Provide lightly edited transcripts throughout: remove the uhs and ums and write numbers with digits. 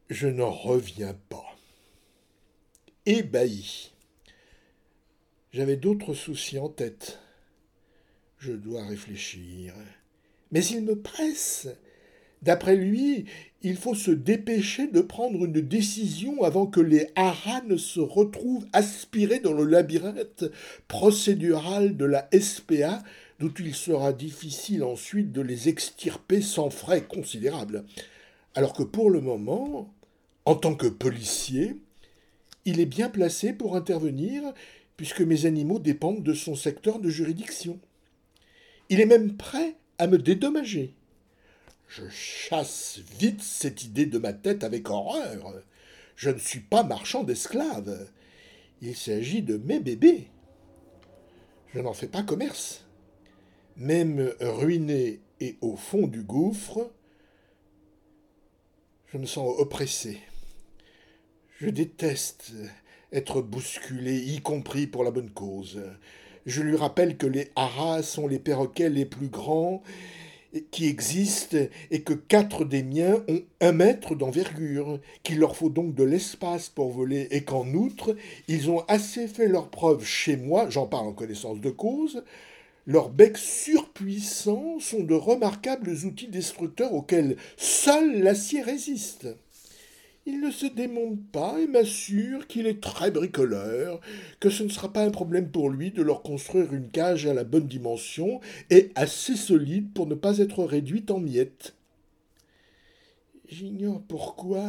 Je n'en reviens pas. Ébahi. J'avais d'autres soucis en tête. Je dois réfléchir. Mais il me presse. D'après lui, il faut se dépêcher de prendre une décision avant que les haras ne se retrouvent aspirés dans le labyrinthe procédural de la SPA, d'où il sera difficile ensuite de les extirper sans frais considérables. Alors que pour le moment, en tant que policier, il est bien placé pour intervenir puisque mes animaux dépendent de son secteur de juridiction. Il est même prêt à me dédommager. Je chasse vite cette idée de ma tête avec horreur. Je ne suis pas marchand d'esclaves. Il s'agit de mes bébés. Je n'en fais pas commerce. Même ruiné et au fond du gouffre, je me sens oppressé. Je déteste être bousculé, y compris pour la bonne cause. Je lui rappelle que les haras sont les perroquets les plus grands qui existent et que 4 des miens ont 1 mètre d'envergure, qu'il leur faut donc de l'espace pour voler et qu'en outre, ils ont assez fait leurs preuves chez moi, j'en parle en connaissance de cause, leurs becs surpuissants sont de remarquables outils destructeurs auxquels seul l'acier résiste. Il ne se démonte pas et m'assure qu'il est très bricoleur, que ce ne sera pas un problème pour lui de leur construire une cage à la bonne dimension et assez solide pour ne pas être réduite en miettes. J'ignore pourquoi,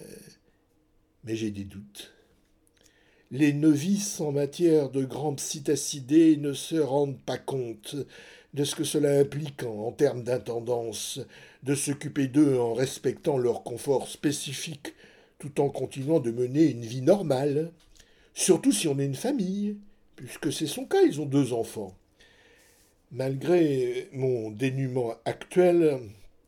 mais j'ai des doutes. Les novices en matière de grands psittacidés ne se rendent pas compte de ce que cela implique en termes d'intendance, de s'occuper d'eux en respectant leur confort spécifique, tout en continuant de mener une vie normale. Surtout si on est une famille, puisque c'est son cas, ils ont 2 enfants. Malgré mon dénuement actuel,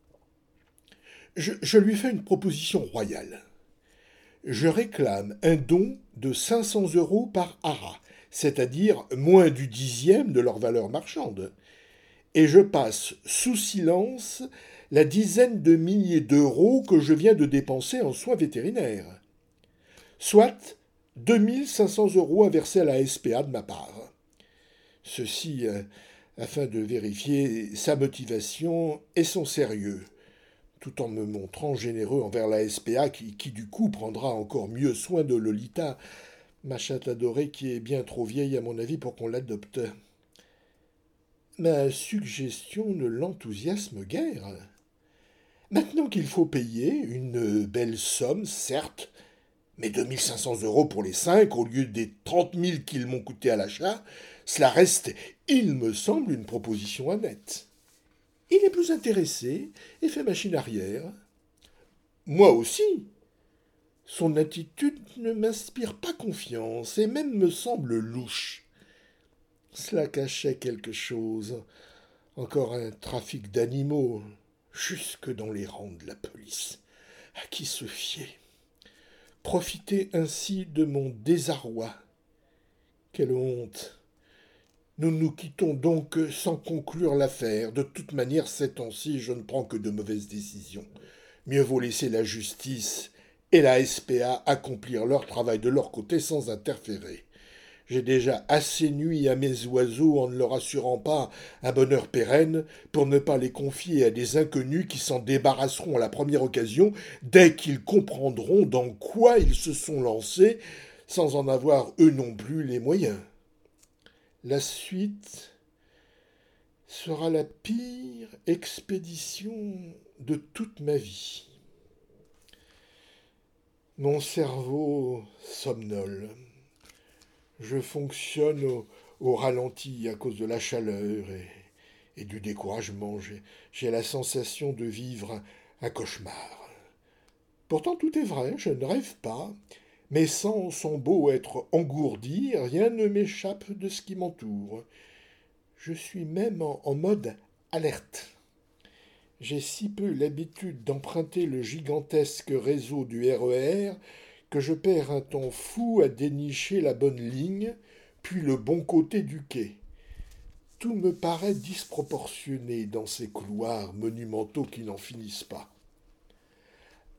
je lui fais une proposition royale. Je réclame un don de 500 € par hara, c'est-à-dire moins du dixième de leur valeur marchande, et je passe sous silence la dizaine de milliers d'euros que je viens de dépenser en soins vétérinaires, soit 2 500 € à verser à la SPA de ma part. Ceci afin de vérifier sa motivation et son sérieux, tout en me montrant généreux envers la SPA qui du coup prendra encore mieux soin de Lolita, ma chatte adorée qui est bien trop vieille à mon avis pour qu'on l'adopte. Ma suggestion ne l'enthousiasme guère. Maintenant qu'il faut payer une belle somme, certes, mais 2 500 € pour les 5 au lieu des 30 000 qu'ils m'ont coûté à l'achat, cela reste, il me semble, une proposition honnête. Il est plus intéressé et fait machine arrière. Moi aussi. Son attitude ne m'inspire pas confiance et même me semble louche. Cela cachait quelque chose. Encore un trafic d'animaux, jusque dans les rangs de la police. À qui se fier? Profiter ainsi de mon désarroi. Quelle honte! Nous nous quittons donc sans conclure l'affaire. De toute manière, ces temps-ci, je ne prends que de mauvaises décisions. Mieux vaut laisser la justice et la SPA accomplir leur travail de leur côté sans interférer. J'ai déjà assez nui à mes oiseaux en ne leur assurant pas un bonheur pérenne pour ne pas les confier à des inconnus qui s'en débarrasseront à la première occasion dès qu'ils comprendront dans quoi ils se sont lancés sans en avoir eux non plus les moyens. La suite sera la pire expédition de toute ma vie. Mon cerveau somnole. Je fonctionne au ralenti à cause de la chaleur et du découragement. J'ai la sensation de vivre un cauchemar. Pourtant tout est vrai, je ne rêve pas. Mes sens sont beaux être engourdis, rien ne m'échappe de ce qui m'entoure. Je suis même en mode alerte. J'ai si peu l'habitude d'emprunter le gigantesque réseau du RER que je perds un temps fou à dénicher la bonne ligne, puis le bon côté du quai. Tout me paraît disproportionné dans ces couloirs monumentaux qui n'en finissent pas.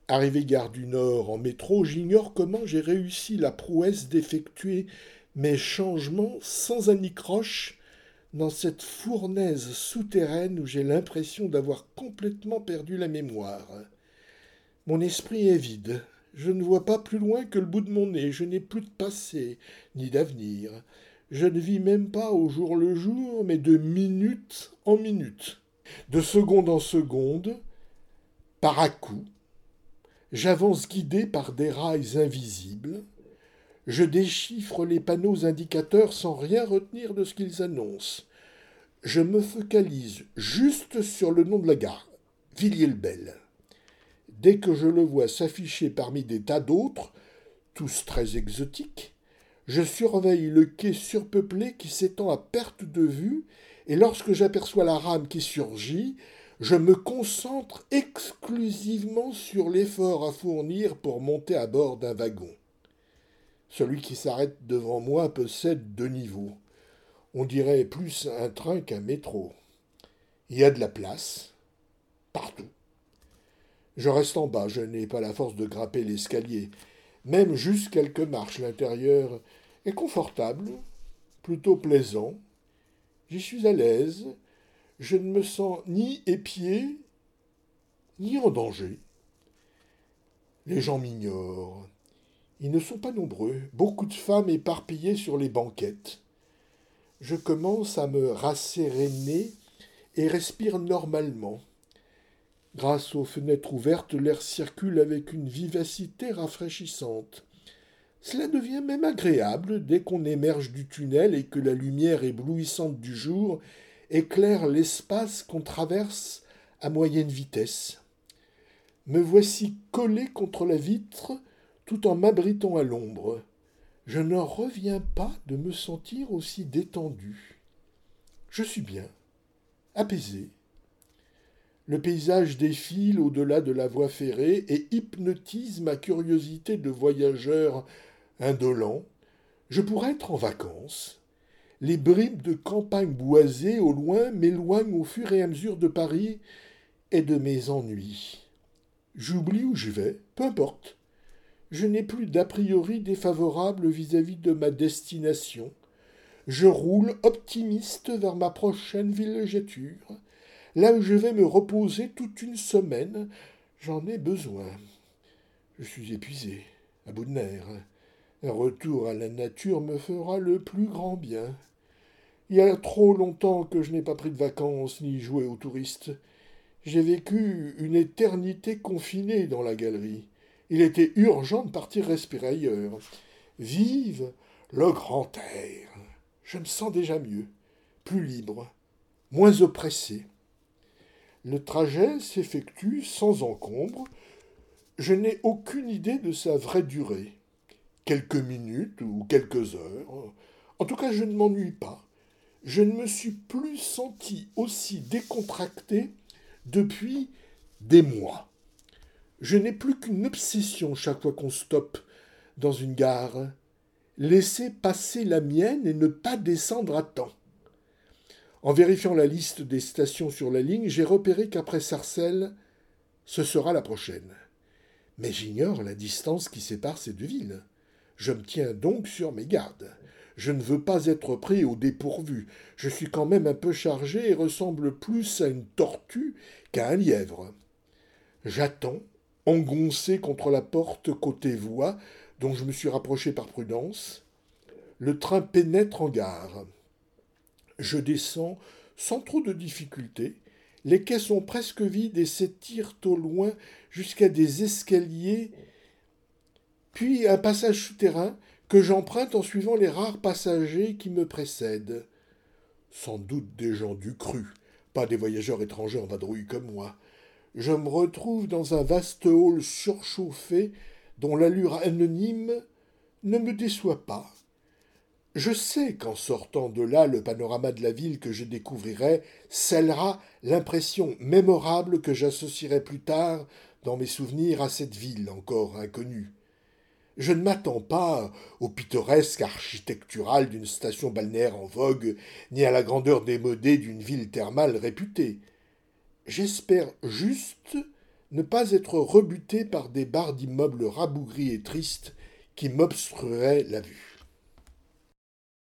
Arrivé gare du Nord en métro, j'ignore comment j'ai réussi la prouesse d'effectuer mes changements sans anicroche dans cette fournaise souterraine où j'ai l'impression d'avoir complètement perdu la mémoire. Mon esprit est vide. Je ne vois pas plus loin que le bout de mon nez. Je n'ai plus de passé, ni d'avenir. Je ne vis même pas au jour le jour, mais de minute en minute. De seconde en seconde, par à-coups, j'avance guidé par des rails invisibles. Je déchiffre les panneaux indicateurs sans rien retenir de ce qu'ils annoncent. Je me focalise juste sur le nom de la gare, Villiers-le-Bel. Dès que je le vois s'afficher parmi des tas d'autres, tous très exotiques, je surveille le quai surpeuplé qui s'étend à perte de vue, et lorsque j'aperçois la rame qui surgit, je me concentre exclusivement sur l'effort à fournir pour monter à bord d'un wagon. Celui qui s'arrête devant moi possède 2 niveaux. On dirait plus un train qu'un métro. Il y a de la place, partout. Je reste en bas, je n'ai pas la force de grimper l'escalier. Même juste quelques marches, l'intérieur est confortable, plutôt plaisant. J'y suis à l'aise, je ne me sens ni épié, ni en danger. Les gens m'ignorent. Ils ne sont pas nombreux, beaucoup de femmes éparpillées sur les banquettes. Je commence à me rasséréner et respire normalement. Grâce aux fenêtres ouvertes, l'air circule avec une vivacité rafraîchissante. Cela devient même agréable dès qu'on émerge du tunnel et que la lumière éblouissante du jour éclaire l'espace qu'on traverse à moyenne vitesse. Me voici collé contre la vitre tout en m'abritant à l'ombre. Je n'en reviens pas de me sentir aussi détendu. Je suis bien, apaisé. Le paysage défile au-delà de la voie ferrée et hypnotise ma curiosité de voyageur indolent. Je pourrais être en vacances. Les bribes de campagne boisée au loin m'éloignent au fur et à mesure de Paris et de mes ennuis. J'oublie où je vais, peu importe. Je n'ai plus d'a priori défavorable vis-à-vis de ma destination. Je roule optimiste vers ma prochaine villégiature. Là où je vais me reposer toute une semaine, j'en ai besoin. Je suis épuisé, à bout de nerfs. Un retour à la nature me fera le plus grand bien. Il y a trop longtemps que je n'ai pas pris de vacances ni joué aux touristes. J'ai vécu une éternité confinée dans la galerie. Il était urgent de partir respirer ailleurs. Vive le grand air. Je me sens déjà mieux, plus libre, moins oppressé. Le trajet s'effectue sans encombre. Je n'ai aucune idée de sa vraie durée. Quelques minutes ou quelques heures. En tout cas, je ne m'ennuie pas. Je ne me suis plus senti aussi décontracté depuis des mois. Je n'ai plus qu'une obsession chaque fois qu'on stoppe dans une gare. Laisser passer la mienne et ne pas descendre à temps. En vérifiant la liste des stations sur la ligne, j'ai repéré qu'après Sarcelles, ce sera la prochaine. Mais j'ignore la distance qui sépare ces 2 villes. Je me tiens donc sur mes gardes. Je ne veux pas être pris au dépourvu. Je suis quand même un peu chargé et ressemble plus à une tortue qu'à un lièvre. J'attends, engoncé contre la porte côté voie, dont je me suis rapproché par prudence. Le train pénètre en gare. Je descends sans trop de difficulté. Les quais sont presque vides et s'étirent au loin jusqu'à des escaliers, puis un passage souterrain que j'emprunte en suivant les rares passagers qui me précèdent. Sans doute des gens du cru, pas des voyageurs étrangers en vadrouille comme moi. Je me retrouve dans un vaste hall surchauffé dont l'allure anonyme ne me déçoit pas. Je sais qu'en sortant de là, le panorama de la ville que je découvrirai scellera l'impression mémorable que j'associerai plus tard dans mes souvenirs à cette ville encore inconnue. Je ne m'attends pas au pittoresque architectural d'une station balnéaire en vogue, ni à la grandeur démodée d'une ville thermale réputée. J'espère juste ne pas être rebuté par des barres d'immeubles rabougris et tristes qui m'obstrueraient la vue.